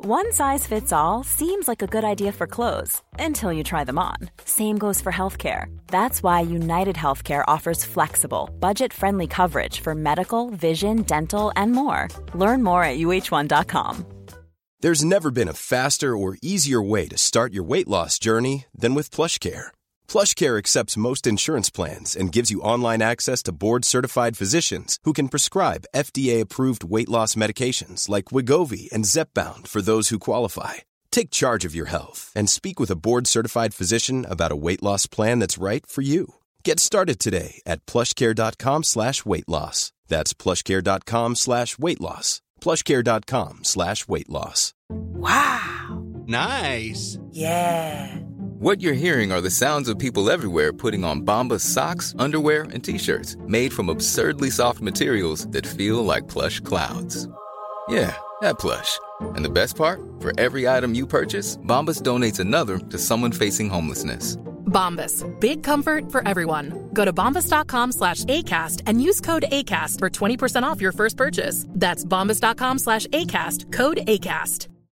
One size fits all seems like a good idea for clothes until you try them on. Same goes for healthcare. That's why United Healthcare offers flexible, budget-friendly coverage for medical, vision, dental, and more. Learn more at uh1.com. There's never been a faster or easier way to start your weight loss journey than with PlushCare. PlushCare accepts most insurance plans and gives you online access to board-certified physicians who can prescribe FDA-approved weight loss medications like Wegovy and Zepbound for those who qualify. Take charge of your health and speak with a board-certified physician about a weight loss plan that's right for you. Get started today at plushcare.com/weightloss. That's plushcare.com/weightloss. plushcare.com/weightloss. Wow. Nice. Yeah. What you're hearing are the sounds of people everywhere putting on Bombas socks, underwear, and T-shirts made from absurdly soft materials that feel like plush clouds. Yeah, that plush. And the best part? For every item you purchase, Bombas donates another to someone facing homelessness. Bombas. Big comfort for everyone. Go to bombas.com/ACAST and use code ACAST for 20% off your first purchase. That's bombas.com/ACAST. Code ACAST.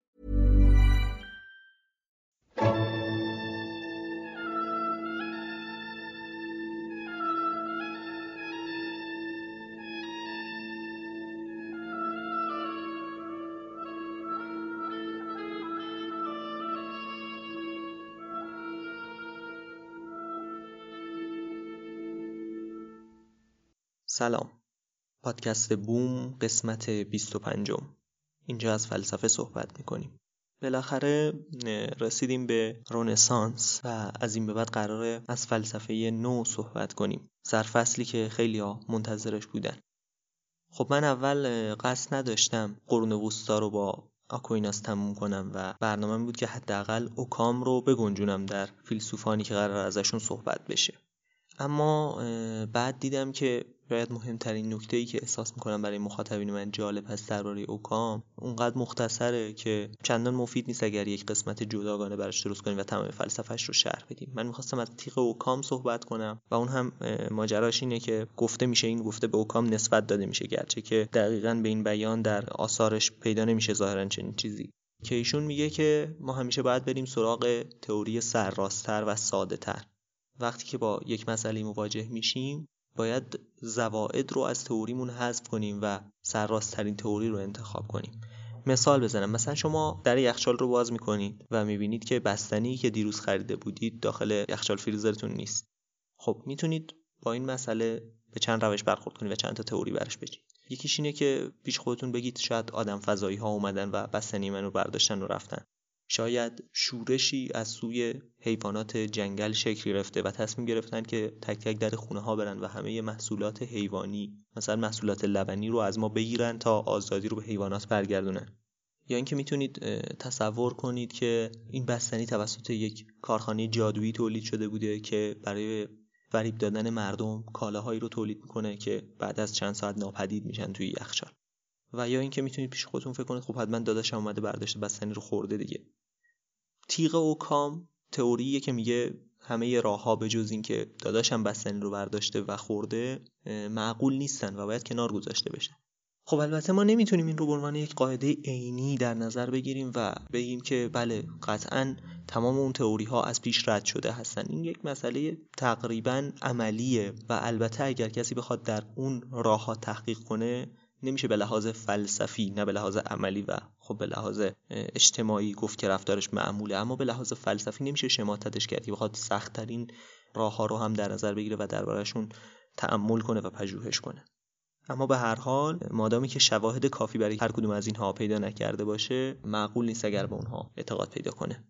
سلام. پادکست بوم قسمت 25. اینجا از فلسفه صحبت میکنیم. بالاخره رسیدیم به رنسانس و از این به بعد قراره از فلسفه نو صحبت کنیم. سرفصلی که خیلی‌ها منتظرش بودن. خب من اول قصد نداشتم قرون وسطا رو با آکویناس تموم کنم و برنامه‌م بود که حداقل اوکام رو بگنجونم در فیلسوفانی که قرار ازشون صحبت بشه. اما بعد دیدم که شاید مهمترین نکته‌ای که احساس می‌کنم برای مخاطبین من جالب هست درباره اوکام اونقدر مختصره که چندان مفید نیست اگر یک قسمت جداگانه براش درست کنیم و تمام فلسفه‌اش رو شرح بدیم. من می‌خواستم از تیغ اوکام صحبت کنم و اون هم ماجراش اینه که گفته میشه این گفته به اوکام نسبت داده میشه، گرچه که دقیقاً به این بیان در آثارش پیدا نمیشه ظاهراً چنین چیزی، که ایشون میگه که ما همیشه باید بریم سراغ تئوری سرراست‌تر و ساده‌تر. وقتی که با یک مسئله مواجه میشیم باید زوائد رو از تئوریمون حذف کنیم و سرراست‌ترین تئوری رو انتخاب کنیم. مثال بزنم، مثلا شما در یخچال رو باز میکنید و میبینید که بستنی که دیروز خریده بودید داخل یخچال فریزرتون نیست. خب میتونید با این مسئله به چند روش برخورد کنید و چند تا تئوری برش بچینید. یکیش اینه که پیش خودتون بگید شاید آدم فضایی ها اومدن و بستنی منو برداشتن و رفتن. شاید شورشی از سوی حیوانات جنگل شکل گرفته و تصمیم گرفتن که تک تک در خونه ها برن و همه محصولات حیوانی مثلا محصولات لبنی رو از ما بگیرن تا آزادی رو به حیوانات برگردونن. یا اینکه میتونید تصور کنید که این بستنی توسط یک کارخانه جادویی تولید شده بوده که برای فریب دادن مردم کالاهایی رو تولید میکنه که بعد از چند ساعت ناپدید میشن توی یخچال. و یا اینکه میتونید پیش خودتون فکر کنید خب حتما داداشم اومده برداشته بستنی رو خورده دیگه. تیغ اوکام تئوریه که میگه همه راه‌ها به جز این که داداشم بستنی رو برداشته و خورده معقول نیستن و باید کنار گذاشته بشن. خب البته ما نمیتونیم این رو به عنوان یک قاعده عینی در نظر بگیریم و بگیم که بله قطعاً تمام اون تئوری‌ها از پیش رد شده هستن. این یک مسئله تقریباً عملیه و البته اگر کسی بخواد در اون راه‌ها تحقیق کنه نمیشه به لحاظ فلسفی نه به لحاظ عملی و خب به لحاظ اجتماعی گفت که رفتارش معموله، اما به لحاظ فلسفی نمیشه شماتتش کرد که بخواد سخت‌ترین راه‌ها رو هم در نظر بگیره و دربارشون تأمل کنه و پژوهش کنه. اما به هر حال مادامی که شواهد کافی برای هر کدوم از اینها پیدا نکرده باشه معقول نیست اگر به اونها اعتقاد پیدا کنه.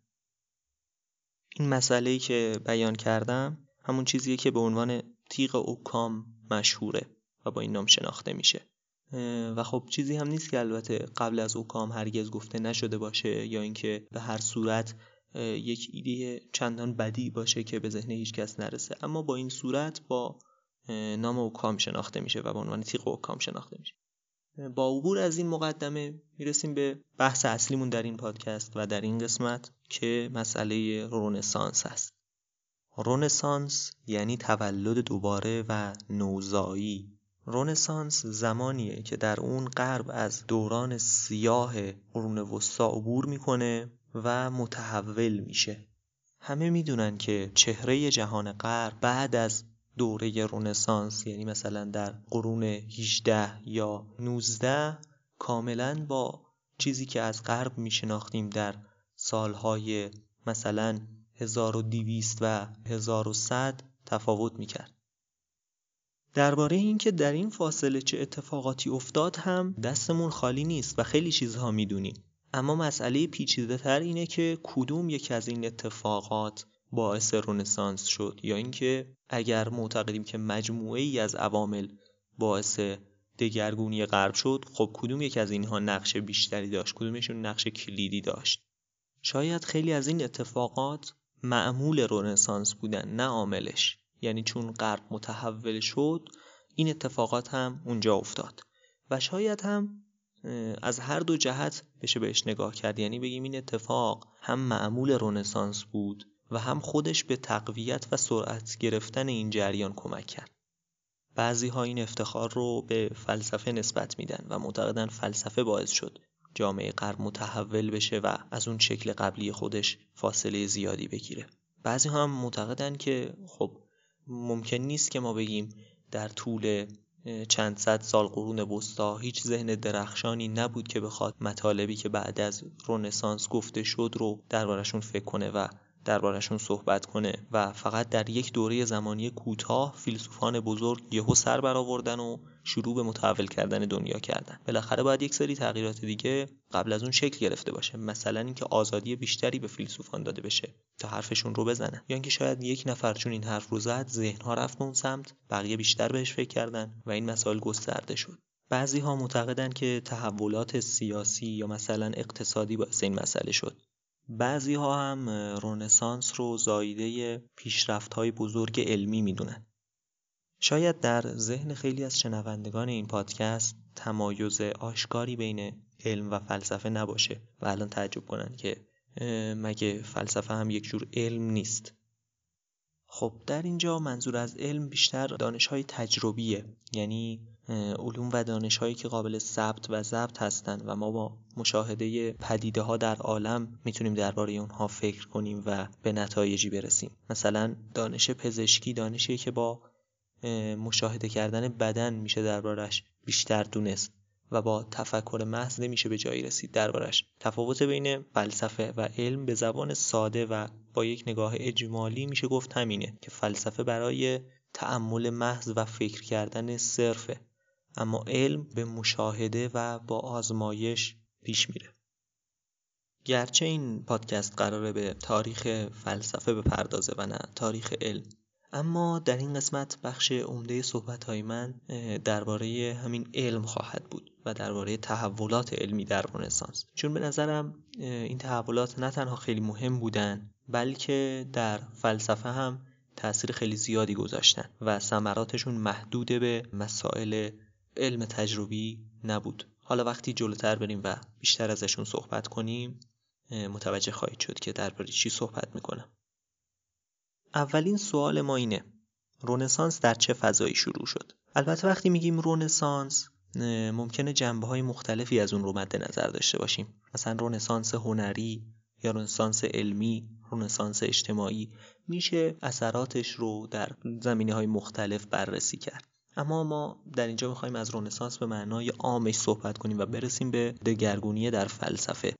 این مسئله‌ای که بیان کردم همون چیزیه که به عنوان تیغ اوکام مشهوره و با این نام شناخته میشه. و خب چیزی هم نیست که البته قبل از اوکام هرگز گفته نشده باشه یا اینکه به هر صورت یک ایده چندان بدی باشه که به ذهن هیچ کس نرسه، اما با این صورت با نام اوکام شناخته میشه و به عنوان تیغ اوکام شناخته میشه. با عبور از این مقدمه میرسیم به بحث اصلیمون در این پادکست و در این قسمت که مسئله رنسانس است. رنسانس یعنی تولد دوباره و نوزایی رنسانس زمانیه که در اون غرب از دوران سیاه قرون وسطی عبور میکنه و متحول میشه. همه میدونن که چهره جهان غرب بعد از دوره رنسانس، یعنی مثلا در قرون 18 یا 19، کاملا با چیزی که از غرب میشناختیم در سالهای مثلا 1200 و 1100 تفاوت میکرد. درباره این که در این فاصله چه اتفاقاتی افتاد هم دستمون خالی نیست و خیلی چیزها میدونیم، اما مسئله پیچیده تر اینه که کدوم یکی از این اتفاقات باعث رنسانس شد، یا اینکه اگر معتقدیم که مجموعه ای از عوامل باعث دگرگونی غرب شد، خب کدوم یک از اینها نقش بیشتری داشت، کدومشون نقش کلیدی داشت؟ شاید خیلی از این اتفاقات معمول رنسانس بودن نه عاملش، یعنی چون غرب متحول شد این اتفاقات هم اونجا افتاد و شاید هم از هر دو جهت بشه بهش نگاه کرد، یعنی بگیم این اتفاق هم معمول رنسانس بود و هم خودش به تقویت و سرعت گرفتن این جریان کمک کرد. بعضی ها این افتخار رو به فلسفه نسبت میدن و معتقدن فلسفه باعث شد جامعه غرب متحول بشه و از اون شکل قبلی خودش فاصله زیادی بگیره. بعضی ها هم معتقدن که خب ممکن نیست که ما بگیم در طول چند صد سال قرون وسطی هیچ ذهن درخشانی نبود که بخواد مطالبی که بعد از رنسانس گفته شد رو دربارشون فکر کنه و دربارشون صحبت کنه و فقط در یک دوره زمانی کوتاه فیلسوفان بزرگ یهو سر برآوردن و شروع به متحول کردن دنیا کردن. بالاخره باید یک سری تغییرات دیگه قبل از اون شکل گرفته باشه، مثلا اینکه آزادی بیشتری به فیلسوفان داده بشه تا حرفشون رو بزنن، یا اینکه شاید یک نفر چون این حرف رو زد ذهن‌ها رفت اون سمت، بقیه بیشتر بهش فکر کردن و این مسائل گسترده شد. بعضی ها معتقدن که تحولات سیاسی یا مثلا اقتصادی باعث این مسئله شد. بعضی ها هم رنسانس رو زاییده پیشرفت‌های بزرگ علمی میدونن. شاید در ذهن خیلی از شنوندگان این پادکست تمایز آشکاری بین علم و فلسفه نباشه و الان تعجب کنن که مگه فلسفه هم یک جور علم نیست؟ خب در اینجا منظور از علم بیشتر دانش‌های تجربیه، یعنی علوم و دانش‌هایی که قابل ثبت و ضبط هستن و ما با مشاهده پدیده‌ها در عالم میتونیم درباره اونها فکر کنیم و به نتایجی برسیم. مثلا دانش پزشکی دانشیه که با مشاهده کردن بدن میشه دربارش بیشتر دونست و با تفکر محض نمیشه به جایی رسید دربارش. تفاوت بین فلسفه و علم به زبان ساده و با یک نگاه اجمالی میشه گفت همینه که فلسفه برای تأمل محض و فکر کردن صرفه، اما علم به مشاهده و با آزمایش پیش میره. گرچه این پادکست قراره به تاریخ فلسفه بپردازه و نه تاریخ علم، اما در این قسمت بخش عمده صحبت‌های من درباره همین علم خواهد بود و درباره تحولات علمی در رنسانس، چون به نظرم این تحولات نه تنها خیلی مهم بودن بلکه در فلسفه هم تأثیر خیلی زیادی گذاشتن و ثمراتشون محدود به مسائل علم تجربی نبود. حالا وقتی جلوتر بریم و بیشتر ازشون صحبت کنیم متوجه خواهید شد که درباره چی صحبت میکنم. اولین سوال ما اینه: رنسانس در چه فضایی شروع شد؟ البته وقتی میگیم رنسانس ممکنه جنبه‌های مختلفی از اون رو مد نظر داشته باشیم، مثلا رنسانس هنری یا رنسانس علمی، رنسانس اجتماعی، میشه اثراتش رو در زمینه‌های مختلف بررسی کرد. اما ما در اینجا می‌خوایم از رنسانس به معنای عامش صحبت کنیم و برسیم به دگرگونی در فلسفه.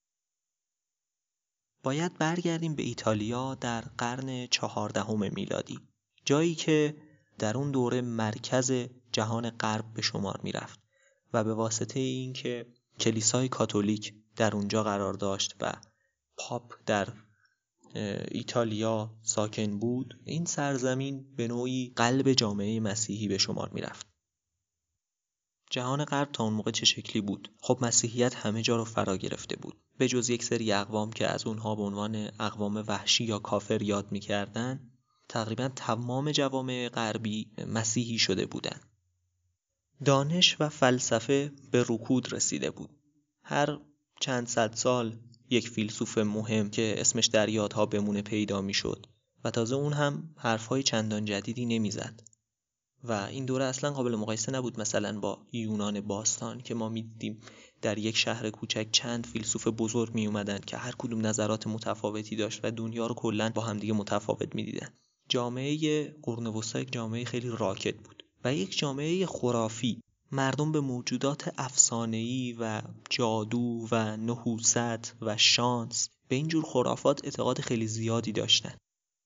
باید برگردیم به ایتالیا در قرن 14 میلادی، جایی که در اون دوره مرکز جهان غرب به شمار میرفت و به واسطه این که کلیسای کاتولیک در اونجا قرار داشت و پاپ در ایتالیا ساکن بود، این سرزمین به نوعی قلب جامعه مسیحی به شمار میرفت. جهان غرب تا اون موقع چه شکلی بود؟ خب مسیحیت همه جا رو فرا گرفته بود، به جز یک سری اقوام که از اونها به عنوان اقوام وحشی یا کافر یاد میکردن، تقریبا تمام جوامع غربی مسیحی شده بودن. دانش و فلسفه به رکود رسیده بود. هر چند صد سال یک فیلسوف مهم که اسمش در یادها بمونه پیدا میشد و تازه اون هم حرفای چندان جدیدی نمیزد و این دوره اصلا قابل مقایسه نبود مثلا با یونان باستان که ما می‌دیدیم در یک شهر کوچک چند فیلسوف بزرگ می اومدن که هر کدوم نظرات متفاوتی داشت و دنیا رو کلاً با هم دیگه متفاوت می‌دیدن. جامعه قرون وسطا یک جامعه خیلی راکد بود و یک جامعه خرافی. مردم به موجودات افسانه‌ای و جادو و نحوست و شانس به اینجور خرافات اعتقاد خیلی زیادی داشتن.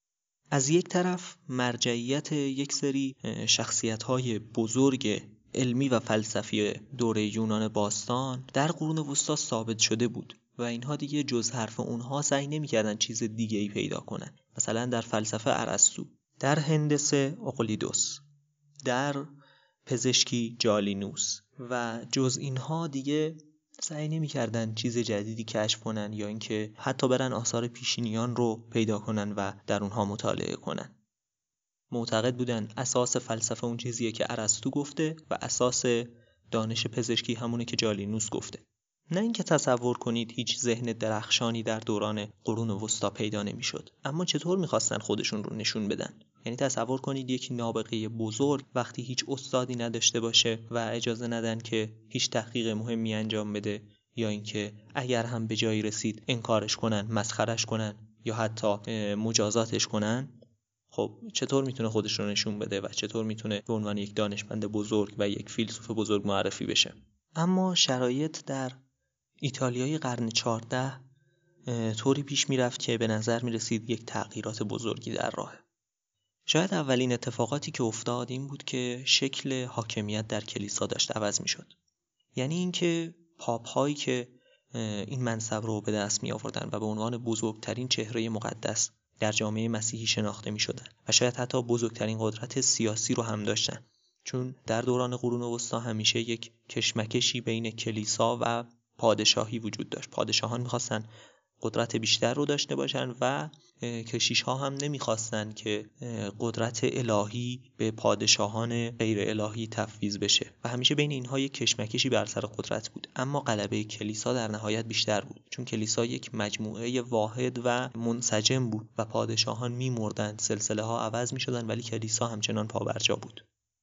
از یک طرف مرجعیت یک سری شخصیت‌های بزرگ علمی و فلسفی دوره یونان باستان در قرون وسطا ثابت شده بود و اینها دیگه جز حرف اونها سعی نمی‌کردن چیز دیگه‌ای پیدا کنن. مثلا در فلسفه ارسطو، در هندسه اقلیدس، در پزشکی جالینوس و جز اینها دیگه سعی نمی‌کردن چیز جدیدی کشف کنن یا اینکه حتی برن آثار پیشینیان رو پیدا کنن و در اونها مطالعه کنن. معتقد بودن اساس فلسفه اون چیزیه که ارسطو گفته و اساس دانش پزشکی همونه که جالینوس گفته. نه اینکه تصور کنید هیچ ذهن درخشانی در دوران قرون وسطا پیدا نمی‌شد، اما چطور می‌خواستن خودشون رو نشون بدن؟ یعنی تصور کنید یک نابغه بزرگ وقتی هیچ استادی نداشته باشه و اجازه ندن که هیچ تحقیق مهمی انجام بده یا اینکه اگر هم به جایی رسید انکارش کنن، مسخرش کنن یا حتی مجازاتش کنن، خب چطور میتونه خودش رو نشون بده و چطور میتونه به عنوان یک دانشمند بزرگ و یک فیلسوف بزرگ معرفی بشه؟ اما شرایط در ایتالیای قرن 14 طوری پیش میرفت که به نظر میرسید یک تغییرات بزرگی در راهه. شاید اولین اتفاقاتی که افتاد این بود که شکل حاکمیت در کلیسا داشت عوض میشد. یعنی اینکه پاپ هایی که این منصب رو به دست می آوردن و به عنوان بزرگترین چهره مقدس در جامعه مسیحی شناخته می شدن و شاید حتی بزرگترین قدرت سیاسی رو هم داشتن، چون در دوران قرون وسطا همیشه یک کشمکشی بین کلیسا و پادشاهی وجود داشت. پادشاهان می‌خواستن قدرت بیشتر رو داشته باشن و کشیش‌ها هم نمی‌خواستن که قدرت الهی به پادشاهان غیر الهی تفویض بشه و همیشه بین اینها یک کشمکشی بر سر قدرت بود. اما غلبه کلیسا در نهایت بیشتر بود، چون کلیسا یک مجموعه واحد و منسجم بود و پادشاهان می‌مردند، سلسله‌ها عوض می‌شدن، ولی کلیسا همچنان پابرجا بود.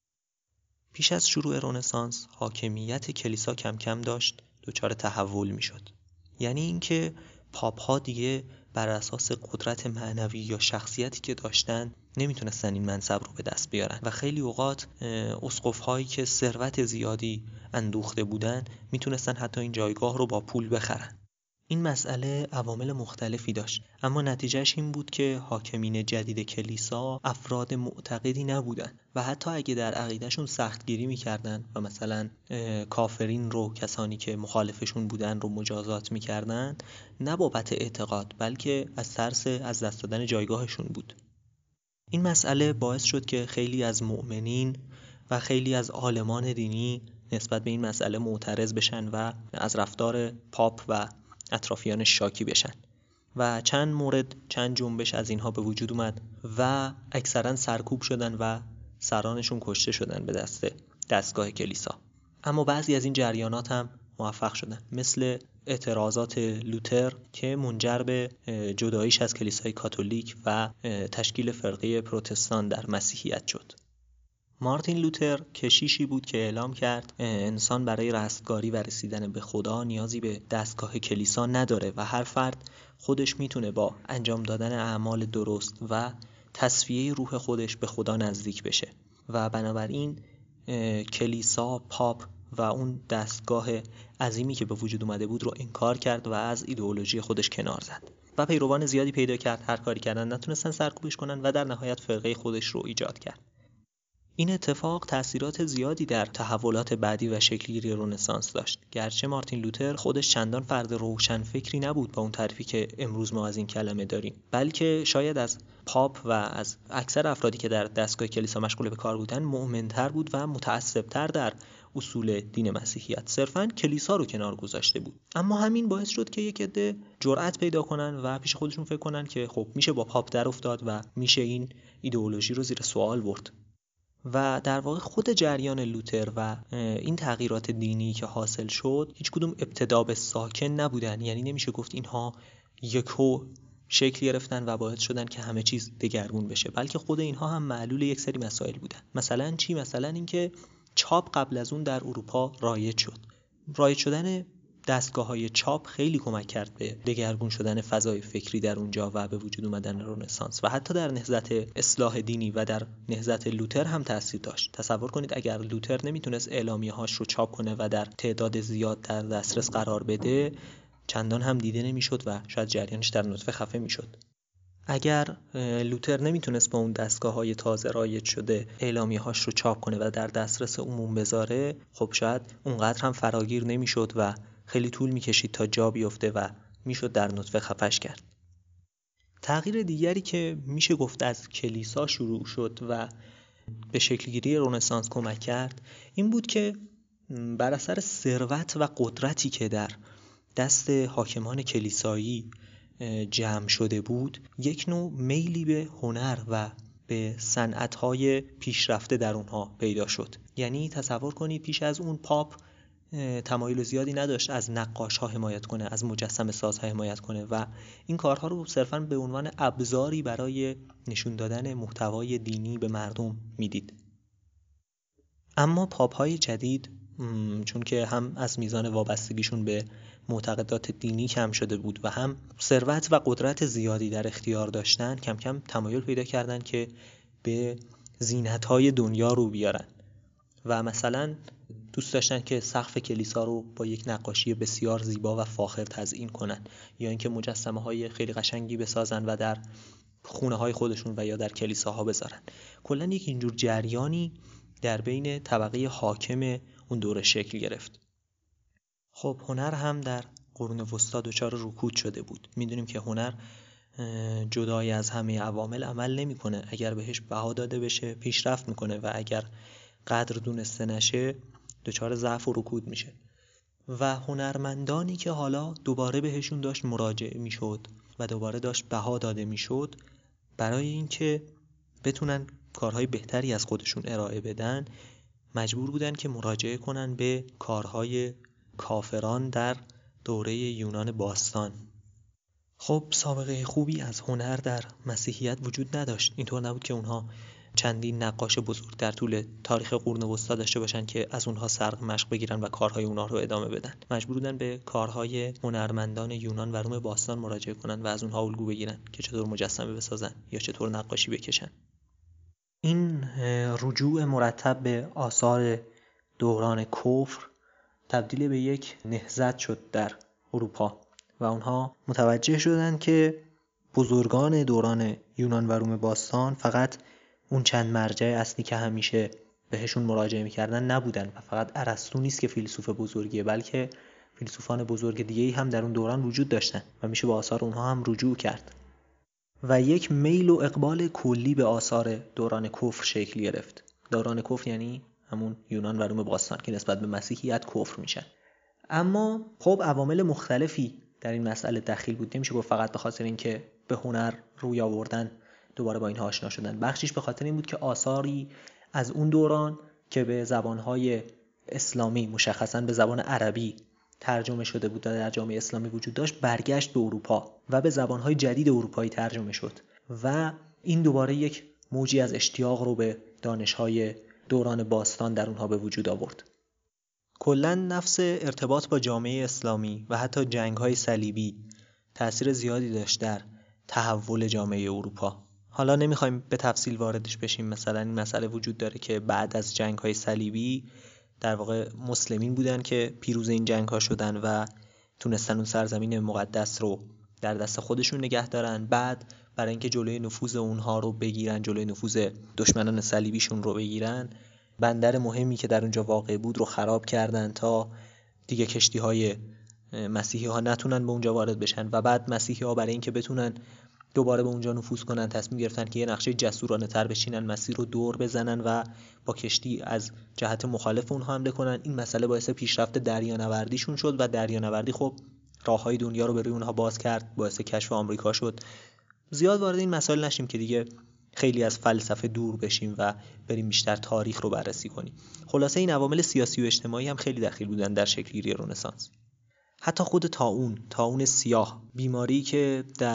پیش از شروع رنسانس حاکمیت کلیسا کم کم داشت دچار تحول می‌شد. یعنی اینکه پاپ ها دیگه بر اساس قدرت معنوی یا شخصیتی که داشتن نمیتونستن این منصب رو به دست بیارن و خیلی اوقات اسقف هایی که ثروت زیادی اندوخته بودن میتونستن حتی این جایگاه رو با پول بخرن. این مسئله عوامل مختلفی داشت، اما نتیجهش این بود که حاکمین جدید کلیسا افراد معتقدی نبودن و حتی اگه در عقیدهشون سختگیری میکردن و مثلا کافرین رو، کسانی که مخالفشون بودن رو مجازات میکردن، نه بابت اعتقاد بلکه از ترس از دست دادن جایگاهشون بود. این مسئله باعث شد که خیلی از مؤمنین و خیلی از عالمان دینی نسبت به این مسئله معترض بشن و از رفتار پاپ و اطرافیان شاکی بشن و چند جنبش از اینها به وجود اومد و اکثرا سرکوب شدن و سرانشون کشته شدن به دست دستگاه کلیسا. اما بعضی از این جریانات هم موفق شدن، مثل اعتراضات لوتر که منجر به جداییش از کلیسای کاتولیک و تشکیل فرقه پروتستان در مسیحیت شد. مارتین لوتر کشیشی بود که اعلام کرد انسان برای رستگاری و رسیدن به خدا نیازی به دستگاه کلیسا نداره و هر فرد خودش میتونه با انجام دادن اعمال درست و تصفیه روح خودش به خدا نزدیک بشه و بنابراین کلیسا، پاپ و اون دستگاه عظیمی که به وجود اومده بود رو انکار کرد و از ایدئولوژی خودش کنار زد و پیروان زیادی پیدا کرد. هر کاری کردن نتونستن سرکوبش کنن و در نهایت فرقه خودش رو ایجاد کرد. این اتفاق تأثیرات زیادی در تحولات بعدی و شکلگیری رنسانس داشت. گرچه مارتین لوتر خودش چندان فرد روشن فکری نبود با اون تعریفی که امروز ما از این کلمه داریم، بلکه شاید از پاپ و از اکثر افرادی که در دستگاه کلیسا مشغول به کار بودن مؤمن‌تر بود و متعصب‌تر در اصول دین مسیحیت. صرفاً کلیسا رو کنار گذاشته بود. اما همین باعث شد که یک عده جرأت پیدا کنن و پیش خودشون فکر کنن که خب میشه با پاپ در افتاد و میشه این ایدئولوژی رو زیر سوال برد. و در واقع خود جریان لوتر و این تغییرات دینی که حاصل شد هیچ کدوم ابتدا به ساکن نبودن. یعنی نمیشه گفت اینها یکو شکل گرفتن و باعث شدن که همه چیز دگرگون بشه، بلکه خود اینها هم معلول یک سری مسائل بودن. مثلا چی؟ مثلا اینکه چاپ قبل از اون در اروپا رایج شد. رایج شدن دستگاه‌های چاپ خیلی کمک کرد به دگرگون شدن فضای فکری در اونجا و به وجود اومدن رنسانس و حتی در نهضت اصلاح دینی و در نهضت لوتر هم تاثیر داشت. تصور کنید اگر لوتر نمیتونست اعلامیه‌هاش رو چاپ کنه و در تعداد زیاد در دسترس قرار بده، چندان هم دیده نمیشد و شاید جریانش در نطفه خفه میشد. اگر لوتر نمیتونست با اون دستگاه‌های تازه رایج شده اعلامیه‌هاش رو چاپ کنه و در دسترس عموم بذاره، خب شاید اونقدر هم فراگیر نمیشد و خیلی طول میکشید تا جا بیفته و میشد در نطفه خفش کرد. تغییر دیگری که میشه گفت از کلیسا شروع شد و به شکلگیری رنسانس کمک کرد این بود که بر اثر ثروت و قدرتی که در دست حاکمان کلیسایی جمع شده بود، یک نوع میلی به هنر و به صنعت‌های پیشرفته در اونها پیدا شد. یعنی تصور کنید پیش از اون پاپ تمایل زیادی نداشت از نقاش‌ها حمایت کنه، از مجسمه سازها حمایت کنه و این کارها رو صرفاً به عنوان ابزاری برای نشون دادن محتوای دینی به مردم میدید. اما پاپ‌های جدید چون که هم از میزان وابستگیشون به معتقدات دینی کم شده بود و هم ثروت و قدرت زیادی در اختیار داشتن، کم کم تمایل پیدا کردن که به زینت‌های دنیا رو بیارن و مثلا دوست داشتن که سقف کلیسا رو با یک نقاشی بسیار زیبا و فاخر تزیین کنن یا اینکه مجسمه‌های خیلی قشنگی بسازن و در خونه‌های خودشون و یا در کلیساها بذارن. کلاً یک اینجور جریانی در بین طبقه حاکم اون دوره شکل گرفت. خب هنر هم در قرون وسطی دچار رکود شده بود. میدونیم که هنر جدای از همه عوامل عمل نمی‌کنه. اگر بهش بها داده بشه پیشرفت می‌کنه و اگر قدر دونسته نشه دچار ضعف و رکود میشه. و هنرمندانی که حالا دوباره بهشون داشت مراجعه میشد و دوباره داشت بها داده میشد، برای اینکه بتونن کارهای بهتری از خودشون ارائه بدن مجبور بودن که مراجعه کنن به کارهای کافران در دوره یونان باستان. خب سابقه خوبی از هنر در مسیحیت وجود نداشت. اینطور نبود که اونها چندین نقاش بزرگ در طول تاریخ قرون وسطی داشته باشن که از اونها سرق مشق بگیرن و کارهای اونها رو ادامه بدن. مجبور بودن به کارهای هنرمندان یونان و روم باستان مراجعه کنن و از اونها الگو بگیرن که چطور مجسمه بسازن یا چطور نقاشی بکشن. این رجوع مرتب به آثار دوران کفر تبدیل به یک نهضت شد در اروپا و اونها متوجه شدن که بزرگان دوران یونان و روم باستان فقط اون چند مرجع اصلی که همیشه بهشون مراجعه میکردن نبودن و فقط ارسطو نیست که فیلسوف بزرگیه، بلکه فیلسوفان بزرگ دیگه‌ای هم در اون دوران وجود داشتن و میشه به آثار اونها هم رجوع کرد و یک میل و اقبال کلی به آثار دوران کفر شکل گرفت. دوران کفر یعنی همون یونان و روم باستان که نسبت به مسیحیت کفر میشن. اما خب عوامل مختلفی در این مسئله دخیل بود. نمیشه گفت فقط به خاطر اینکه به هنر روی آوردن دوباره با اینها آشنا شدن. بخشیش به خاطر این بود که آثاری از اون دوران که به زبانهای اسلامی مشخصاً به زبان عربی ترجمه شده بود و در جامعه اسلامی وجود داشت برگشت به اروپا و به زبانهای جدید اروپایی ترجمه شد و این دوباره یک موجی از اشتیاق رو به دانشهای دوران باستان در اونها به وجود آورد. کلاً نفس ارتباط با جامعه اسلامی و حتی جنگ‌های صلیبی تأثیر زیادی داشت در تحول جامعه اروپا. حالا نمیخوایم به تفصیل واردش بشیم. مثلا این مسئله وجود داره که بعد از جنگ‌های صلیبی در واقع مسلمین بودن که پیروز این جنگ‌ها شدن و تونستن اون سرزمین مقدس رو در دست خودشون نگه دارن. بعد برای اینکه جلوی نفوذ اونها رو بگیرن، جلوی نفوذ دشمنان صلیبیشون رو بگیرن، بندر مهمی که در اونجا واقع بود رو خراب کردن تا دیگه کشتی‌های مسیحی‌ها نتونن به اونجا وارد بشن و بعد مسیحی‌ها برای اینکه بتونن دوباره به اونجا نفوذ کنن تصمیم گرفتن که یه نقشه جسورانه تر بشینن، مسیر رو دور بزنن و با کشتی از جهت مخالف اونها حمله کنن. این مسئله باعث پیشرفت دریانوردیشون شد و دریانوردی خب راههای دنیا رو به روی اونها باز کرد، باعث کشف آمریکا شد. زیاد وارد این مسائل نشیم که دیگه خیلی از فلسفه دور بشیم و بریم بیشتر تاریخ رو بررسی کنیم. خلاصه این عوامل سیاسی و اجتماعی هم خیلی دخیل بودن در شکل‌گیری رنسانس. حتی خود طاعون سیاه، بیماری که در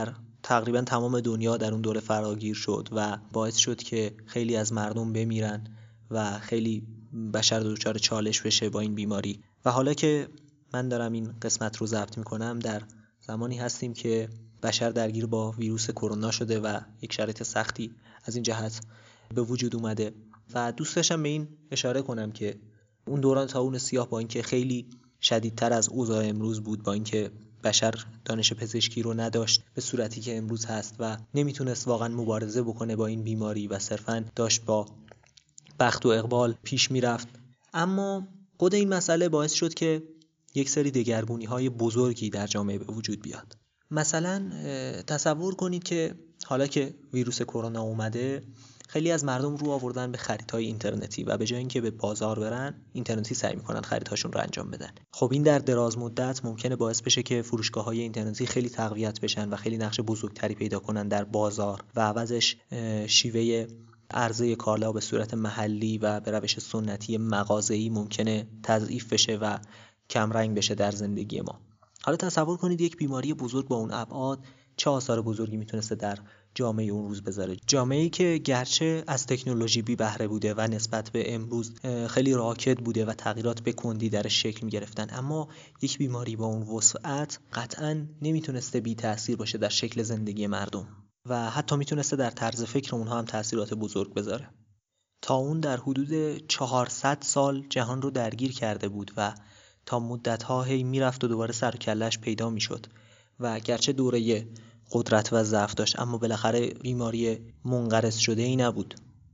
تقریبا تمام دنیا در اون دوره فراگیر شد و باعث شد که خیلی از مردم بمیرن و خیلی بشر دچار چالش بشه با این بیماری. و حالا که من دارم این قسمت رو ضبط میکنم در زمانی هستیم که بشر درگیر با ویروس کرونا شده و یک شرایط سختی از این جهت به وجود اومده و دوست داشتم به این اشاره کنم که اون دوران طاعون سیاه با اینکه خیلی شدیدتر از اوضاع امروز بود، با اینکه بشر دانش پزشکی رو نداشت به صورتی که امروز هست و نمیتونست واقعا مبارزه بکنه با این بیماری و صرفاً داشت با بخت و اقبال پیش میرفت، اما خود این مسئله باعث شد که یک سری دگرگونی‌های بزرگی در جامعه به وجود بیاد. مثلا تصور کنید که حالا که ویروس کرونا اومده خیلی از مردم رو آوردن به خریدهای اینترنتی و به جای اینکه به بازار برن اینترنتی سعی میکنن خریدهاشون رو انجام بدن. خب این در دراز مدت ممکنه باعث بشه که فروشگاه‌های اینترنتی خیلی تقویت بشن و خیلی نقش بزرگتری پیدا کنن در بازار و عوضش شیوه عرضه کالا به صورت محلی و به روش سنتی مغازه‌ای ممکنه تضعیف بشه و کم رنگ بشه در زندگی ما. حالا تصور کنید یک بیماری بزرگ با اون ابعاد چه آثار بزرگی میتونسته در جامعه اون روز بذاره. جامعه‌ای که گرچه از تکنولوژی بی بهره بوده و نسبت به امروز خیلی راکد بوده و تغییرات به کندی درش شکل می‌گرفتن، اما یک بیماری با اون وسعت قطعاً نمیتونسته بی تأثیر باشه در شکل زندگی مردم و حتی میتونسته در طرز فکر اونها هم تأثیرات بزرگ بذاره. طاعون در حدود 400 سال جهان رو درگیر کرده بود و تا مدت‌ها هی میرفت و دوباره سر و کله‌اش پیدا میشد و گرچه دوره قدرت و ضعف داشت اما بالاخره بیماری منقرض شده ای نبود.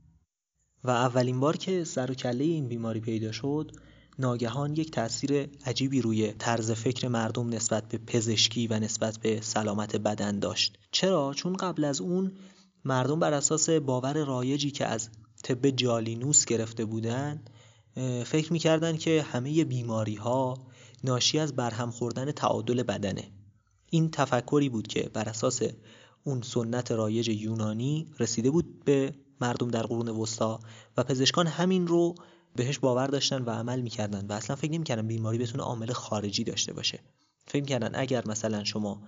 و اولین بار که سر و کله این بیماری پیدا شد ناگهان یک تأثیر عجیبی روی طرز فکر مردم نسبت به پزشکی و نسبت به سلامت بدن داشت. چرا؟ چون قبل از اون مردم بر اساس باور رایجی که از طب جالینوس گرفته بودن فکر می‌کردن که همه بیماری‌ها ناشی از برهم خوردن تعادل بدنه. این تفکری بود که بر اساس اون سنت رایج یونانی رسیده بود به مردم در قرون وسطا و پزشکان همین رو بهش باور داشتن و عمل می‌کردن و اصلا فکر نمی‌کردن بیماری بتونه عامل خارجی داشته باشه. فکر می‌کردن اگر مثلا شما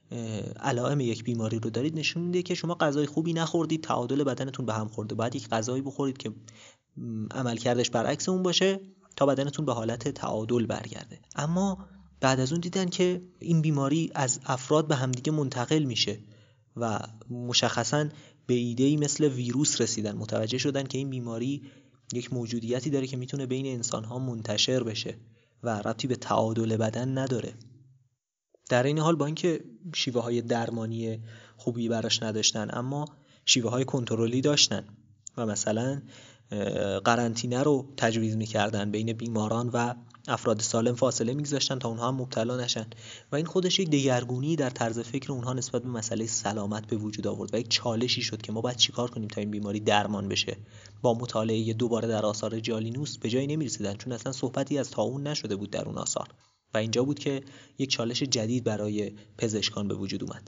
علائم یک بیماری رو دارید نشون میده که شما غذای خوبی نخوردید، تعادل بدنتون به هم خورده، باید یک غذایی بخورید که عملکردش برعکس اون باشه تا بدنتون به حالت تعادل برگرده. اما بعد از اون دیدن که این بیماری از افراد به همدیگه منتقل میشه و مشخصاً به ایده‌ای مثل ویروس رسیدن، متوجه شدن که این بیماری یک موجودیتی داره که میتونه بین انسان‌ها منتشر بشه و ربطی به تعادل بدن نداره. در این حال با اینکه شیوه‌های درمانی خوبی براش نداشتن اما شیوه‌های کنترلی داشتن و مثلا قرنطینه رو تجویز می‌کردن، بین بیماران و افراد سالم فاصله می‌گذاشتن تا اونها هم مبتلا نشن و این خودش یک دگرگونی در طرز فکر اونها نسبت به مسئله سلامت به وجود آورد و یک چالشی شد که ما باید چیکار کنیم تا این بیماری درمان بشه. با مطالعه دوباره در آثار جالینوس به جایی نمی‌رسیدن چون اصلا صحبتی از طاعون نشده بود در اون آثار و اینجا بود که یک چالش جدید برای پزشکان به وجود اومد.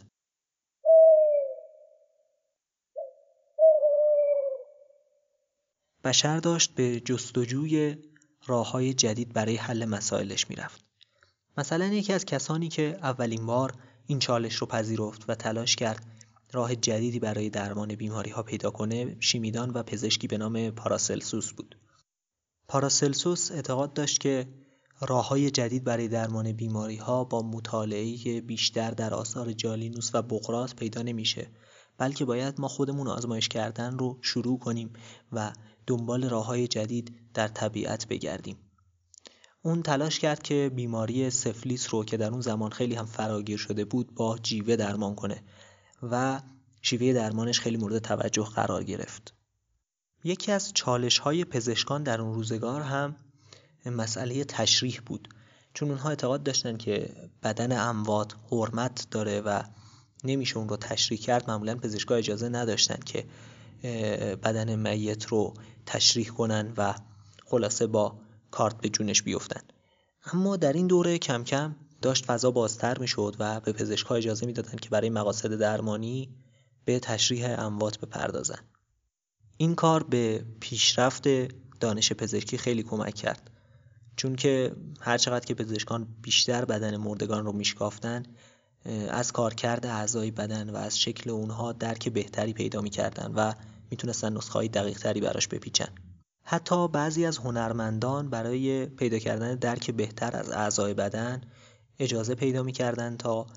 بشر داشت به جستجوی راه‌های جدید برای حل مسائلش میرفت. مثلا یکی از کسانی که اولین بار این چالش رو پذیرفت و تلاش کرد راه جدیدی برای درمان بیماری‌ها پیدا کنه شیمیدان و پزشکی به نام پاراسلسوس بود. پاراسلسوس اعتقاد داشت که راه‌های جدید برای درمان بیماری‌ها با مطالعه بیشتر در آثار جالینوس و بقراط پیدا نمیشه، بلکه باید ما خودمون آزمایش کردن رو شروع کنیم و دنبال راه‌های جدید در طبیعت بگردیم. اون تلاش کرد که بیماری سفلیس رو که در اون زمان خیلی هم فراگیر شده بود با جیوه درمان کنه و شیوه درمانش خیلی مورد توجه قرار گرفت. یکی از چالش‌های پزشکان در اون روزگار هم مسئله تشریح بود، چون اونها اعتقاد داشتن که بدن اموات حرمت داره و نمیشه اون رو تشریح کرد. معمولاً پزشکا اجازه نداشتن که بدن میت رو تشریح کنن و خلاصه با کارت به جونش بیفتن. اما در این دوره کم کم داشت فضا بازتر میشد و به پزشکا اجازه میدادن که برای مقاصد درمانی به تشریح اموات بپردازن. این کار به پیشرفت دانش پزشکی خیلی کمک کرد، چون که هر چقدر که پزشکان بیشتر بدن مردگان رو میشکافتن از کارکرد اعضای بدن و از شکل اونها درک بهتری پیدا می‌کردن و میتونستن نسخه‌های دقیق‌تری براش بپیچن. حتی بعضی از هنرمندان برای پیدا کردن درک بهتر از اعضای بدن اجازه پیدا می‌کردن تا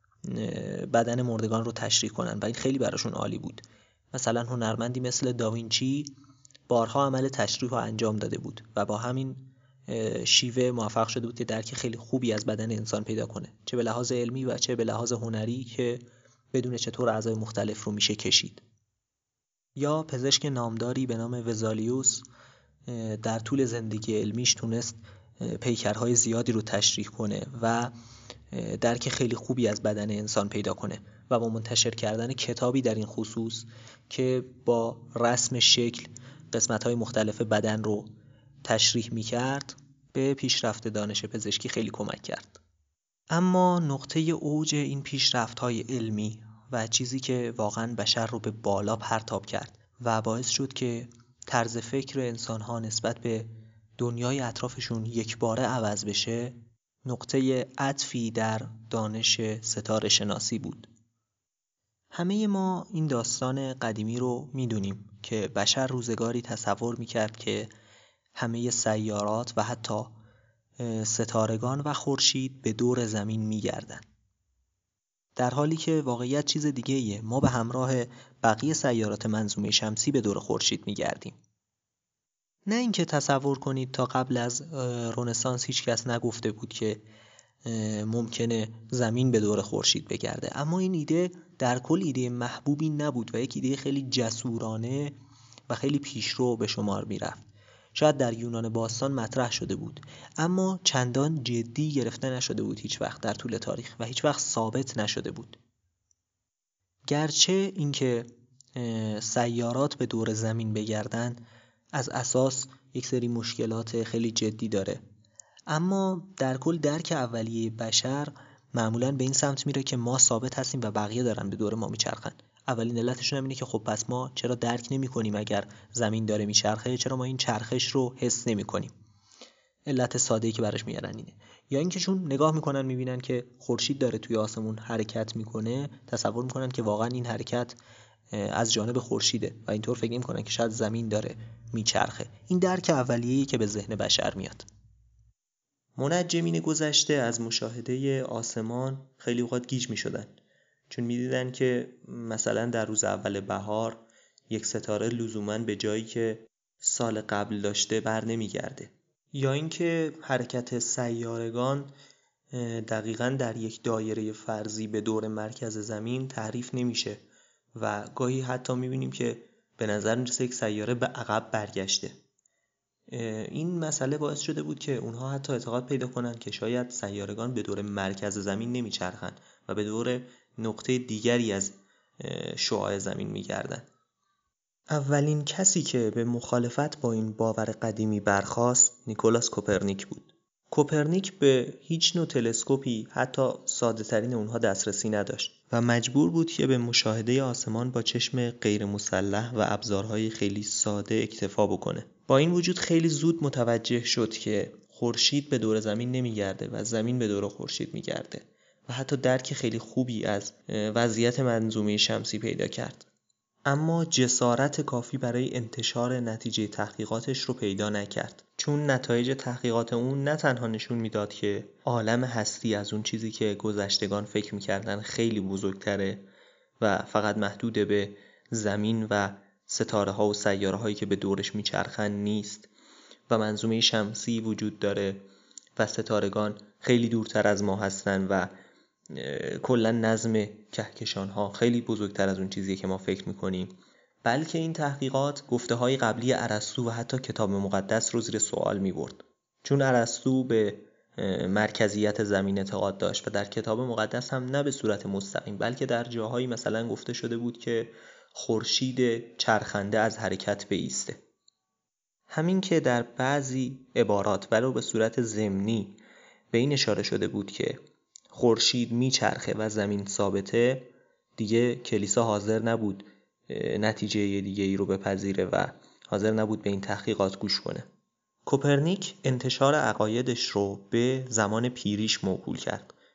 بدن مردگان رو تشریح کنن و این خیلی براشون عالی بود. مثلا هنرمندی مثل داوینچی بارها عمل تشریح رو انجام داده بود و با همین شیوه موفق شده بود که درک خیلی خوبی از بدن انسان پیدا کنه، چه به لحاظ علمی و چه به لحاظ هنری که بدون چطور اعضای مختلف رو میشه کشید. یا پزشک نامداری به نام وزالیوس در طول زندگی علمیش تونست پیکرهای زیادی رو تشریح کنه و درک خیلی خوبی از بدن انسان پیدا کنه و با منتشر کردن کتابی در این خصوص که با رسم شکل قسمت‌های مختلف بدن رو تشریح می‌کرد به پیشرفت دانش پزشکی خیلی کمک کرد. اما نقطه اوج این پیشرفت‌های علمی و چیزی که واقعاً بشر رو به بالا پرتاب کرد و باعث شد که طرز فکر انسان‌ها نسبت به دنیای اطرافشون یکباره عوض بشه، نقطه عطفی در دانش ستاره شناسی بود. همه ما این داستان قدیمی رو میدونیم که بشر روزگاری تصور میکرد که همه سیارات و حتی ستارگان و خورشید به دور زمین میگردن، در حالی که واقعیت چیز دیگه ایه. ما به همراه بقیه سیارات منظومه شمسی به دور خورشید میگردیم. نه اینکه تصور کنید تا قبل از رنسانس هیچ کس نگفته بود که ممکنه زمین به دور خورشید بگرده، اما این ایده در کل ایده محبوبی نبود و یک ایده خیلی جسورانه و خیلی پیشرو به شمار میرفت. شاید در یونان باستان مطرح شده بود اما چندان جدی گرفته نشده بود هیچ وقت در طول تاریخ و هیچ وقت ثابت نشده بود. گرچه اینکه سیارات به دور زمین بگردن از اساس یک سری مشکلات خیلی جدی داره، اما در کل درک اولیه بشر معمولاً به این سمت میره که ما ثابت هستیم و بقیه دارن به دور ما میچرخن. اولین علتشون هم اینه که خب پس ما چرا درک نمی کنیم اگر زمین داره میچرخه، چرا ما این چرخش رو حس نمی کنیم؟ علت ساده‌ای که براش میارن اینه. یا اینکه چون نگاه میکنن میبینن که خورشید داره توی آسمون حرکت میکنه، تصور میکنن که واقعا این حرکت از جانب خورشیده و اینطور فکر میکنن که شاید زمین داره میچرخه. این درک اولیه‌ای که به ذهن بشر میاد. منجمین گذشته از مشاهده آسمان خیلی اوقات گیج میشدن، چون میدیدن که مثلا در روز اول بهار یک ستاره لزوماً به جایی که سال قبل داشته بر نمیگرده، یا اینکه حرکت سیارگان دقیقاً در یک دایره فرضی به دور مرکز زمین تعریف نمیشه و گاهی حتی میبینیم که به نظر میرسه یک سیاره به عقب برگشته. این مسئله باعث شده بود که اونها حتی اعتقاد پیدا کنن که شاید سیارگان به دور مرکز زمین نمیچرخن و به دور نقطه دیگری از شعاع زمین میگردن. اولین کسی که به مخالفت با این باور قدیمی برخاست نیکولاس کوپرنیک بود. کوپرنیک به هیچ نوع تلسکوپی حتی ساده ترین اونها دسترسی نداشت و مجبور بود که به مشاهده آسمان با چشم غیر مسلح و ابزارهای خیلی ساده اکتفا بکنه. با این وجود خیلی زود متوجه شد که خورشید به دور زمین نمیگرده و زمین به دور خورشید میگرده و حتی درک خیلی خوبی از وضعیت منظومه شمسی پیدا کرد. اما جسارت کافی برای انتشار نتیجه تحقیقاتش رو پیدا نکرد، چون نتایج تحقیقات اون نه تنها نشون میداد که عالم هستی از اون چیزی که گذشتگان فکر میکردن خیلی بزرگتره و فقط محدود به زمین و ستاره ها و سیاره هایی که به دورش میچرخن نیست و منظومه شمسی وجود داره و ستارگان خیلی دورتر از ما هستن و کلا نظم کهکشان ها خیلی بزرگتر از اون چیزیه که ما فکر میکنیم، بلکه این تحقیقات گفته های قبلی ارسطو و حتی کتاب مقدس رو زیر سوال میبرد، چون ارسطو به مرکزیت زمین اعتقاد داشت و در کتاب مقدس هم نه به صورت مستقیم بلکه در جاهایی مثلا گفته شده بود که خورشید چرخنده از حرکت بایسته. همین که در بعضی عبارات ولو به صورت ضمنی به این اشاره شده بود که خورشید میچرخه و زمین ثابته، دیگه کلیسا حاضر نبود نتیجه دیگه ای رو بپذیره و حاضر نبود به این تحقیقات گوش کنه. کوپرنیک انتشار عقایدش رو به زمان پیریش موکول کرد،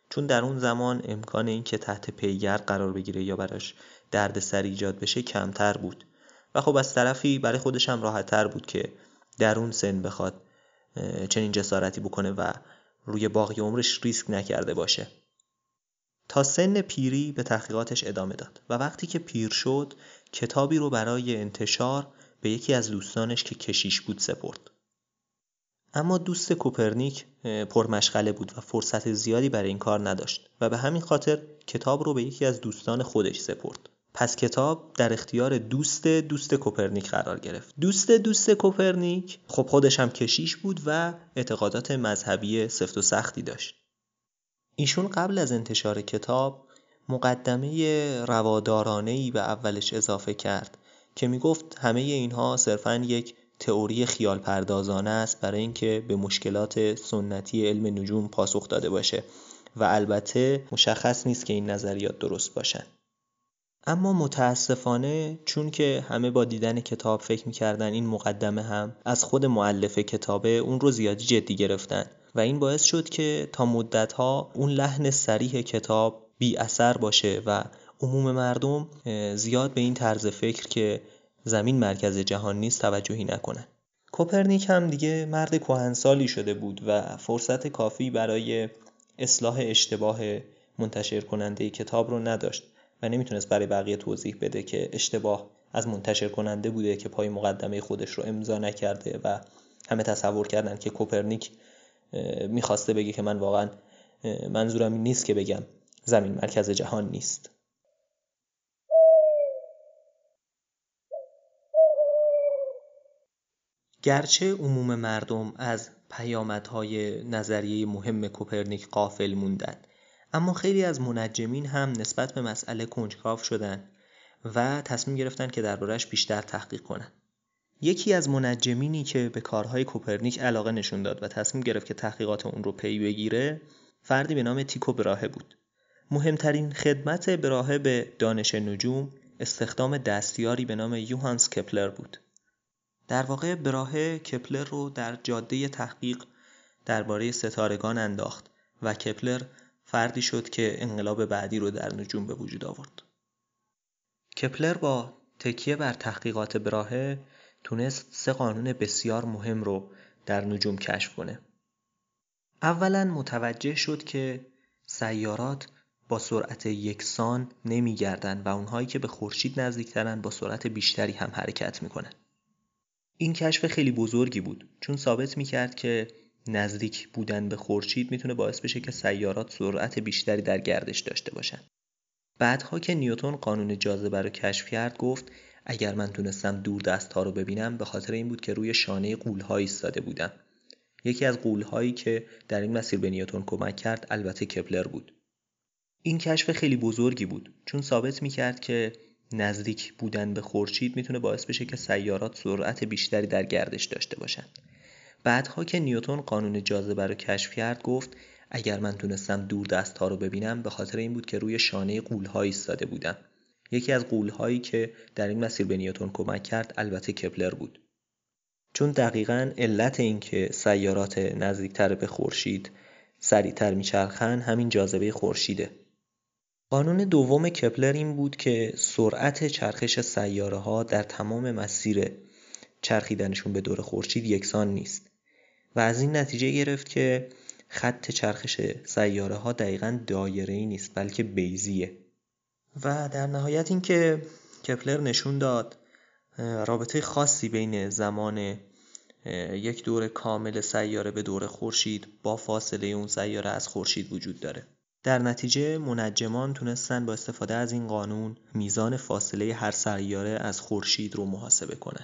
چون در اون زمان امکان این که تحت پیگر قرار بگیره یا براش دردسر ایجاد بشه کمتر بود و خب از طرفی برای خودش هم راحت‌تر بود که در اون سن بخواد چنین جسارتی بکنه و روی باقی عمرش ریسک نکرده باشه. تا سن پیری به تحقیقاتش ادامه داد و وقتی که پیر شد کتابی رو برای انتشار به یکی از دوستانش که کشیش بود سپرد. اما دوست کوپرنیک پرمشغله بود و فرصت زیادی برای این کار نداشت و به همین خاطر کتاب رو به یکی از دوستان خودش سپرد. پس کتاب در اختیار دوست کوپرنیک قرار گرفت. دوست کوپرنیک خب خودش هم کشیش بود و اعتقادات مذهبی سفت و سختی داشت. ایشون قبل از انتشار کتاب مقدمه روادارانه‌ای به اولش اضافه کرد که میگفت همه اینها صرفاً یک تئوری خیال پردازانه است برای اینکه به مشکلات سنتی علم نجوم پاسخ داده باشه و البته مشخص نیست که این نظریات درست باشن. اما متاسفانه چون که همه با دیدن کتاب فکر می‌کردن این مقدمه هم از خود مؤلف کتابه، اون رو زیادی جدی گرفتن و این باعث شد که تا مدت‌ها اون لحن صریح کتاب بی اثر باشه و عموم مردم زیاد به این طرز فکر که زمین مرکز جهان نیست توجهی نکنن. کوپرنیک هم دیگه مرد کهنسالی شده بود و فرصت کافی برای اصلاح اشتباه منتشر کننده کتاب رو نداشت و نمیتونست برای بقیه توضیح بده که اشتباه از منتشر کننده بوده که پای مقدمه خودش رو امضا نکرده و همه تصور کردن که کوپرنیک میخواسته بگه که من واقعا منظورم این نیست که بگم زمین مرکز جهان نیست. گرچه عموم مردم از پیامدهای نظریه مهم کوپرنیک غافل موندن، اما خیلی از منجمین هم نسبت به مسئله کنجکاو شدن و تصمیم گرفتن که درباره‌اش بیشتر تحقیق کنن. یکی از منجمینی که به کارهای کوپرنیک علاقه نشون داد و تصمیم گرفت که تحقیقات اون رو پی بگیره، فردی به نام تیکو براهه بود. مهمترین خدمت براهه به دانش نجوم استخدام دستیاری به نام یوهانس کپلر بود. در واقع براهه کپلر رو در جاده تحقیق درباره ستارگان انداخت و کپلر فردی شد که انقلاب بعدی رو در نجوم به وجود آورد. کپلر با تکیه بر تحقیقات براهه تونست 3 قانون بسیار مهم رو در نجوم کشف کنه. اولاً متوجه شد که سیارات با سرعت یکسان نمی‌گردن و اونهایی که به خورشید نزدیک‌ترن با سرعت بیشتری هم حرکت می‌کنن. این کشف خیلی بزرگی بود چون ثابت می‌کرد که نزدیک بودن به خورشید میتونه باعث بشه که سیارات سرعت بیشتری در گردش داشته باشن. بعدها که نیوتن قانون جاذبه رو کشف کرد گفت اگر من تونستم دور دست‌ها رو ببینم به خاطر این بود که روی شانه غول‌ها ایستاده بودم. یکی از غول‌هایی که در این مسیر به نیوتن کمک کرد البته کپلر بود. این کشف خیلی بزرگی بود چون ثابت می‌کرد که نزدیک بودن به خورشید میتونه باعث بشه که سیارات سرعت بیشتری در گردش داشته باشن. بعدها که نیوتن قانون جاذبه رو کشف کرد گفت اگر من تونستم دور دست‌ها رو ببینم به خاطر این بود که روی شانه غول‌ها ایستاده بودم. یکی از غول‌هایی که در این مسیر به نیوتن کمک کرد البته کپلر بود. چون دقیقاً علت این که سیارات نزدیکتر به خورشید سریعتر میچرخن همین جاذبه خورشیده. قانون دوم کپلر این بود که سرعت چرخش سیاره‌ها در تمام مسیر چرخیدنشون به دور خورشید یکسان نیست و از این نتیجه گرفت که خط چرخش سیاره‌ها دقیقاً دایره‌ای نیست بلکه بیضیه. و در نهایت این که کپلر نشون داد رابطه خاصی بین زمان یک دور کامل سیاره به دور خورشید با فاصله اون سیاره از خورشید وجود داره. در نتیجه منجمان تونستن با استفاده از این قانون میزان فاصله هر سیاره از خورشید رو محاسبه کنن.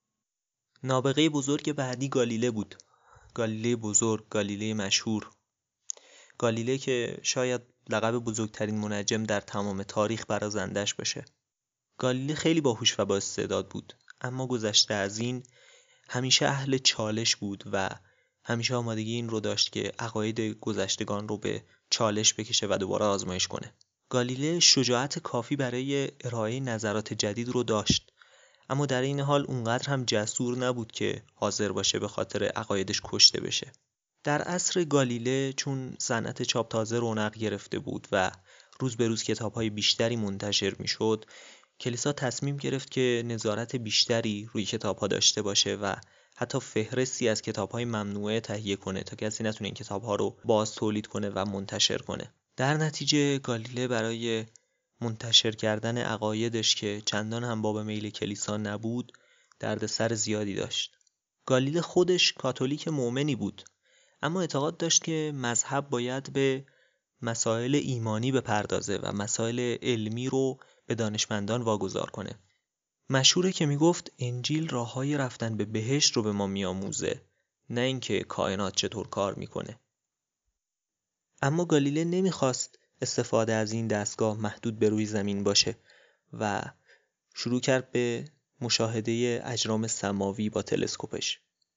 نابغه بزرگ بعدی گالیله بود. گالیله بزرگ، گالیله مشهور. گالیله که شاید لقب بزرگترین منجم در تمام تاریخ برازندش باشه. گالیله خیلی باهوش و با استعداد بود، اما گذشته از این همیشه اهل چالش بود و همیشه آمادگی این رو داشت که عقاید گذشتگان رو به چالش بکشه و دوباره آزمایش کنه. گالیله شجاعت کافی برای ارائه نظرات جدید رو داشت، اما در این حال اونقدر هم جسور نبود که حاضر باشه به خاطر عقایدش کشته بشه. در عصر گالیله چون صنعت چاپ تازه رونق گرفته بود و روز به روز کتاب‌های بیشتری منتشر می‌شد، کلیسا تصمیم گرفت که نظارت بیشتری روی کتاب‌ها داشته باشه و حتی فهرستی از کتاب‌های ممنوعه تهیه کنه تا کسی نتونه این کتاب‌ها رو باز تولید کنه و منتشر کنه. در نتیجه گالیله برای منتشر کردن عقایدش که چندان هم باب میل کلیسا نبود، دردسر زیادی داشت. گالیله خودش کاتولیک مؤمنی بود، اما اعتقاد داشت که مذهب باید به مسائل ایمانی بپردازه و مسائل علمی رو به دانشمندان واگذار کنه. مشهوره که میگفت انجیل راههای رفتن به بهشت رو به ما میآموزه، نه اینکه کائنات چطور کار میکنه. اما گالیله نمیخواست استفاده از این دستگاه محدود به روی زمین باشه و شروع کرد به مشاهده اجرام سماوی با تلسکوپش.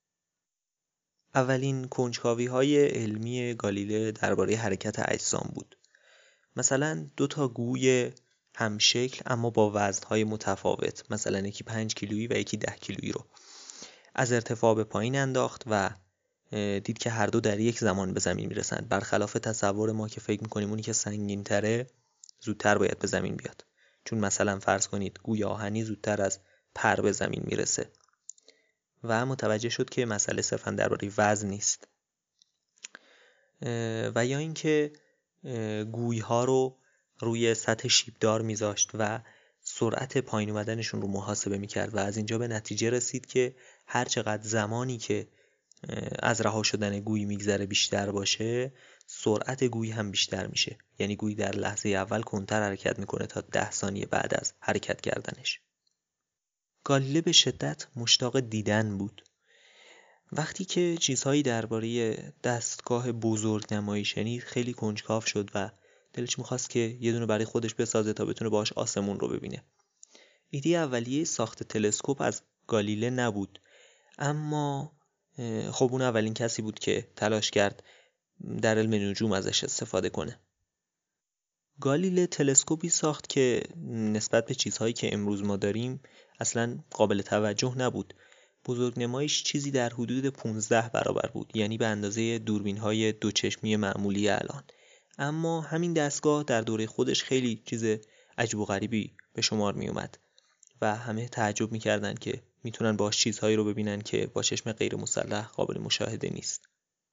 اولین کنجکاوی‌های علمی گالیله درباره حرکت اجسام بود. مثلا 2 گوی همشکل اما با وزن‌های متفاوت، مثلا یکی 5 کیلویی و یکی 10 کیلویی رو از ارتفاع به پایین انداخت و دید که هر دو در یک زمان به زمین میرسند. برخلاف تصور ما که فکر می‌کنیم اونی که سنگین‌تره زودتر باید به زمین بیاد، چون مثلا فرض کنید گوی آهنی زودتر از پر به زمین میرسه و متوجه شد که مسئله صرفاً درباره وزن نیست. و یا اینکه گوی‌ها رو روی سطح شیبدار میذاشت و سرعت پایین اومدنشون رو محاسبه میکرد و از اینجا به نتیجه رسید که هر چقدر زمانی که از رها شدن گوی میگذره بیشتر باشه، سرعت گوی هم بیشتر میشه. یعنی گوی در لحظه اول کندتر حرکت میکنه تا 10 ثانیه بعد از حرکت کردنش. گالیله به شدت مشتاق دیدن بود. وقتی که چیزهایی درباره دستگاه بزرگنمایی شنید خیلی کنجکاو شد و دلش میخواست که یه دونه برای خودش بسازه تا بتونه باهاش آسمون رو ببینه. ایده اولیه ساخت تلسکوپ از گالیله نبود، اما خب اون اولین کسی بود که تلاش کرد در علم نجوم ازش استفاده کنه. گالیله تلسکوپی ساخت که نسبت به چیزهایی که امروز ما داریم اصلا قابل توجه نبود. بزرگنماییش چیزی در حدود 15 برابر بود، یعنی به اندازه دوربین‌های دوچشمی معمولی الان. اما همین دستگاه در دوره خودش خیلی چیز عجیب و غریبی به شمار می اومد و همه تعجب می کردن که میتونن باش چیزهایی رو ببینن که با چشم غیر مسلح قابل مشاهده نیست.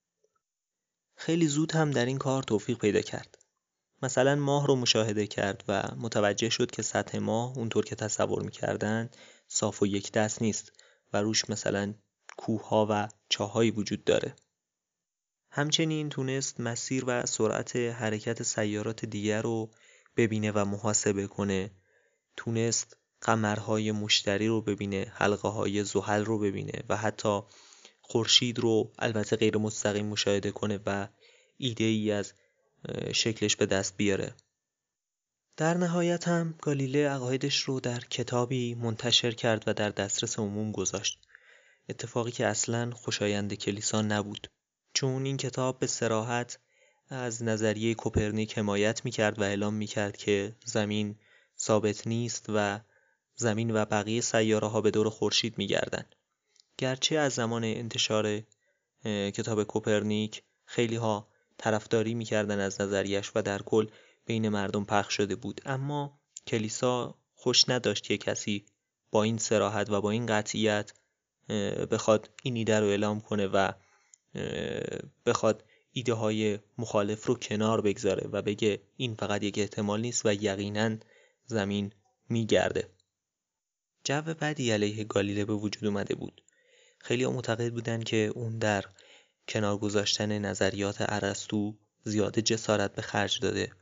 خیلی زود هم در این کار توفیق پیدا کرد. مثلا ماه رو مشاهده کرد و متوجه شد که سطح ماه اونطور که تصور میکردن صاف و یک دست نیست و روش مثلا کوه‌ها و چاه‌هایی وجود داره. همچنین تونست مسیر و سرعت حرکت سیارات دیگر رو ببینه و محاسبه کنه. تونست قمرهای مشتری رو ببینه، حلقه‌های زحل رو ببینه و حتی خورشید رو البته غیر مستقیم مشاهده کنه و ایده‌ای از شکلش به دست بیاره. در نهایت هم گالیله عقایدش رو در کتابی منتشر کرد و در دسترس عموم گذاشت. اتفاقی که اصلاً خوشایند کلیسا نبود، چون این کتاب به صراحت از نظریه کوپرنیک حمایت می‌کرد و اعلام می‌کرد که زمین ثابت نیست و زمین و بقیه سیاره‌ها به دور خورشید می‌گردند. گرچه از زمان انتشار کتاب کوپرنیک خیلی‌ها طرفداری می‌کردن از نظریش و در کل بین مردم پخش شده بود، اما کلیسا خوش نداشت که کسی با این صراحت و با این قطعیت بخواد این ایده رو اعلام کنه و بخواد ایده های مخالف رو کنار بگذاره و بگه این فقط یک احتمال نیست و یقیناً زمین میگرده. جو بدی علیه گالیله به وجود اومده بود. خیلی ها معتقد بودن که اون در کنار گذاشتن نظریات ارسطو زیاده جسارت به خرج داده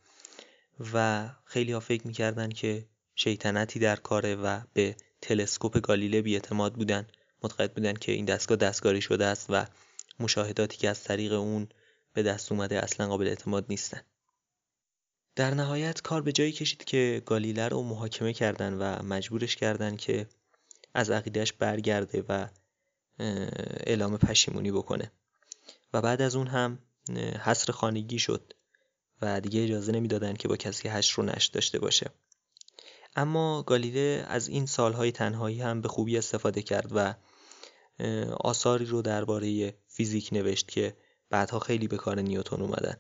و خیلی ها فکر میکردن که شیطنتی در کاره و به تلسکوپ گالیله بی‌اعتماد بودن. معتقد بودن که این دستگاه دستکاری شده است و مشاهداتی که از طریق اون به دست اومده اصلا قابل اعتماد نیستن. در نهایت کار به جایی کشید که گالیله رو محاکمه کردن و مجبورش کردن که از عقیدهش برگرده و اعلام پشیمونی بکنه و بعد از اون هم حصر خانگی شد و دیگه اجازه نمیدادن که با کسی حشر و نشر داشته باشه. اما گالیله از این سالهای تنهایی هم به خوبی استفاده کرد و آثاری رو درباره فیزیک نوشت که بعدها خیلی به کار نیوتن اومدن.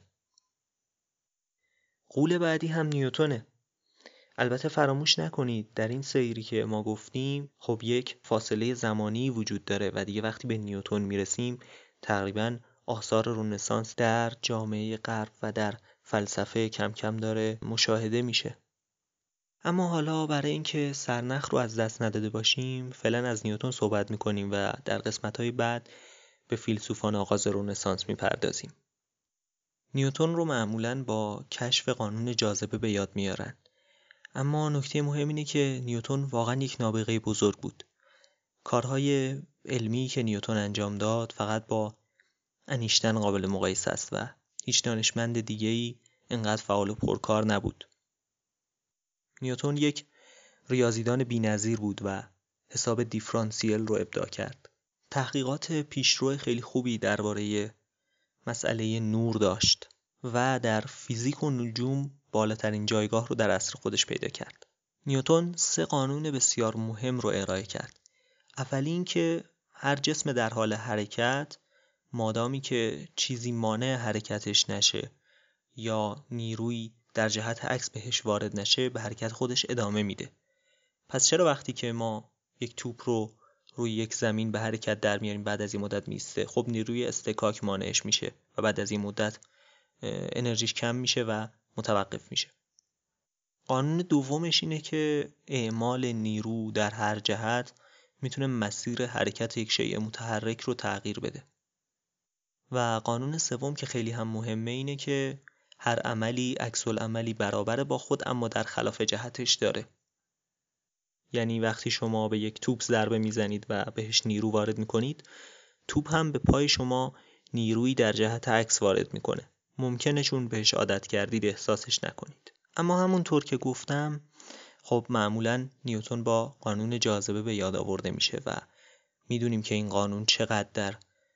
غول بعدی هم نیوتنه. البته فراموش نکنید در این سیری که ما گفتیم خب یک فاصله زمانی وجود داره و دیگه وقتی به نیوتن میرسیم تقریباً آثار رنسانس در جامعه غرب و در فلسفه کم کم داره مشاهده میشه. اما حالا برای اینکه سرنخ رو از دست نداده باشیم فعلا از نیوتن صحبت میکنیم و در قسمت‌های بعد به فیلسوفان آغاز رنسانس میپردازیم. نیوتن رو معمولاً با کشف قانون جاذبه به یاد میارن. اما نکته مهم اینه که نیوتن واقعاً یک نابغه بزرگ بود. کارهای علمی که نیوتن انجام داد فقط با انیشتن قابل مقایسه است و هیچ دانشمند دیگه‌ای اینقدر فعال و پرکار نبود. نیوتن یک ریاضیدان بی‌نظیر بود و حساب دیفرانسیل رو ابداع کرد. تحقیقات پیشرو خیلی خوبی درباره مسئله نور داشت و در فیزیک و نجوم بالاترین جایگاه رو در عصر خودش پیدا کرد. نیوتن 3 قانون بسیار مهم رو ارائه کرد. اولی این که هر جسم در حال حرکت مادامی که چیزی مانع حرکتش نشه یا نیروی در جهت عکس بهش وارد نشه به حرکت خودش ادامه میده. پس چرا وقتی که ما یک توپ رو روی یک زمین به حرکت در میاریم بعد از این مدت میسته؟ خب نیروی استکاک مانعش میشه و بعد از این مدت انرژیش کم میشه و متوقف میشه. قانون دومش اینه که اعمال نیرو در هر جهت میتونه مسیر حرکت یک شیء متحرک رو تغییر بده. و قانون سوم که خیلی هم مهمه اینه که هر عملی عکس العملی برابر با خود اما در خلاف جهتش داره. یعنی وقتی شما به یک توپ ضربه میزنید و بهش نیرو وارد میکنید، توپ هم به پای شما نیرویی در جهت عکس وارد میکنه. ممکنه چون بهش عادت کردید احساسش نکنید. اما همونطور که گفتم خب معمولاً نیوتن با قانون جاذبه به یاد آورده میشه و میدونیم که این قانون چقدر در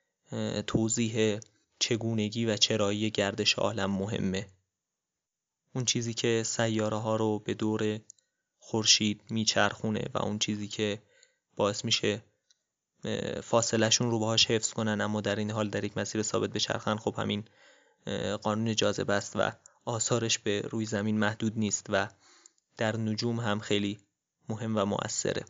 توضیح چگونگی و چرایی گردش عالم مهمه. اون چیزی که سیاره ها رو به دور خورشید میچرخونه و اون چیزی که باعث میشه فاصله شون رو باهاش حفظ کنن اما در این حال در یک مسیر ثابت بچرخن، خب همین قانون جاذبه است و آثارش به روی زمین محدود نیست و در نجوم هم خیلی مهم و مؤثره.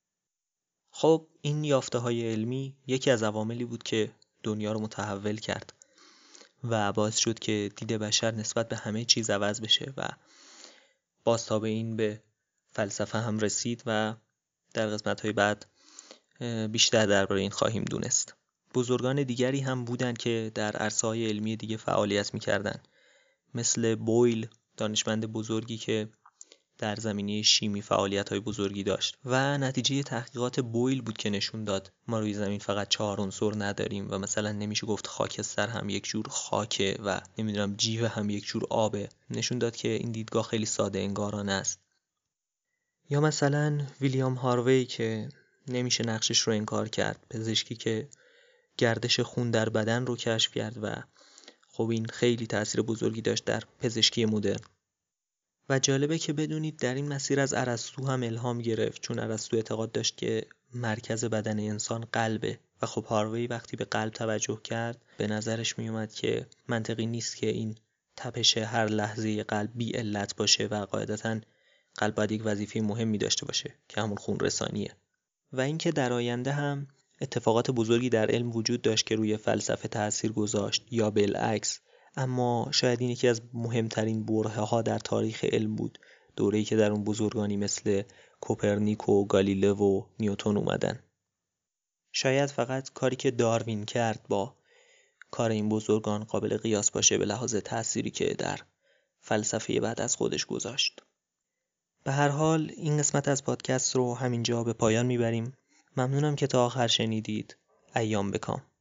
خب این یافته های علمی یکی از عواملی بود که دنیا رو متحول کرد و باعث شد که دید بشر نسبت به همه چیز عوض بشه و بازتاب این به فلسفه هم رسید و در قسمت‌های بعد بیشتر درباره این خواهیم دونست. بزرگان دیگری هم بودند که در عرصه‌های علمی دیگه فعالیت می‌کردن، مثل بویل، دانشمند بزرگی که در زمینه شیمی فعالیت‌های بزرگی داشت و نتیجه تحقیقات بویل بود که نشون داد ما روی زمین فقط 4 عنصر نداریم و مثلا نمیشه گفت خاکستر هم یک جور خاکه و نمیدونم جیوه هم یک جور آبه. نشون داد که این دیدگاه خیلی ساده انگارانه است. یا مثلا ویلیام هاروی که نمیشه نقشش رو انکار کرد، پزشکی که گردش خون در بدن رو کشف کرد و خب این خیلی تأثیر بزرگی داشت در پزشکی مدرن. و جالبه که بدونید در این مسیر از ارسطو هم الهام گرفت، چون ارسطو اعتقاد داشت که مرکز بدن انسان قلبه و خب هاروی وقتی به قلب توجه کرد به نظرش می اومد که منطقی نیست که این تپش هر لحظه قلب بی علت باشه و قاعدتاً قلب باید یک وظیفه مهمی داشته باشه که همون خون رسانیه. و اینکه در آینده هم اتفاقات بزرگی در علم وجود داشت که روی فلسفه تأثیر گذاشت یا بالعکس، اما شاید این یکی از مهمترین برهه‌ها در تاریخ علم بود، دوره‌ای که در اون بزرگانی مثل کوپرنیک و گالیله و نیوتن اومدن. شاید فقط کاری که داروین کرد با کار این بزرگان قابل قیاس باشه به لحاظ تأثیری که در فلسفه بعد از خودش گذاشت. به هر حال این قسمت از پادکست رو همینجا به پایان میبریم. ممنونم که تا آخر شنیدید. ایام بکام.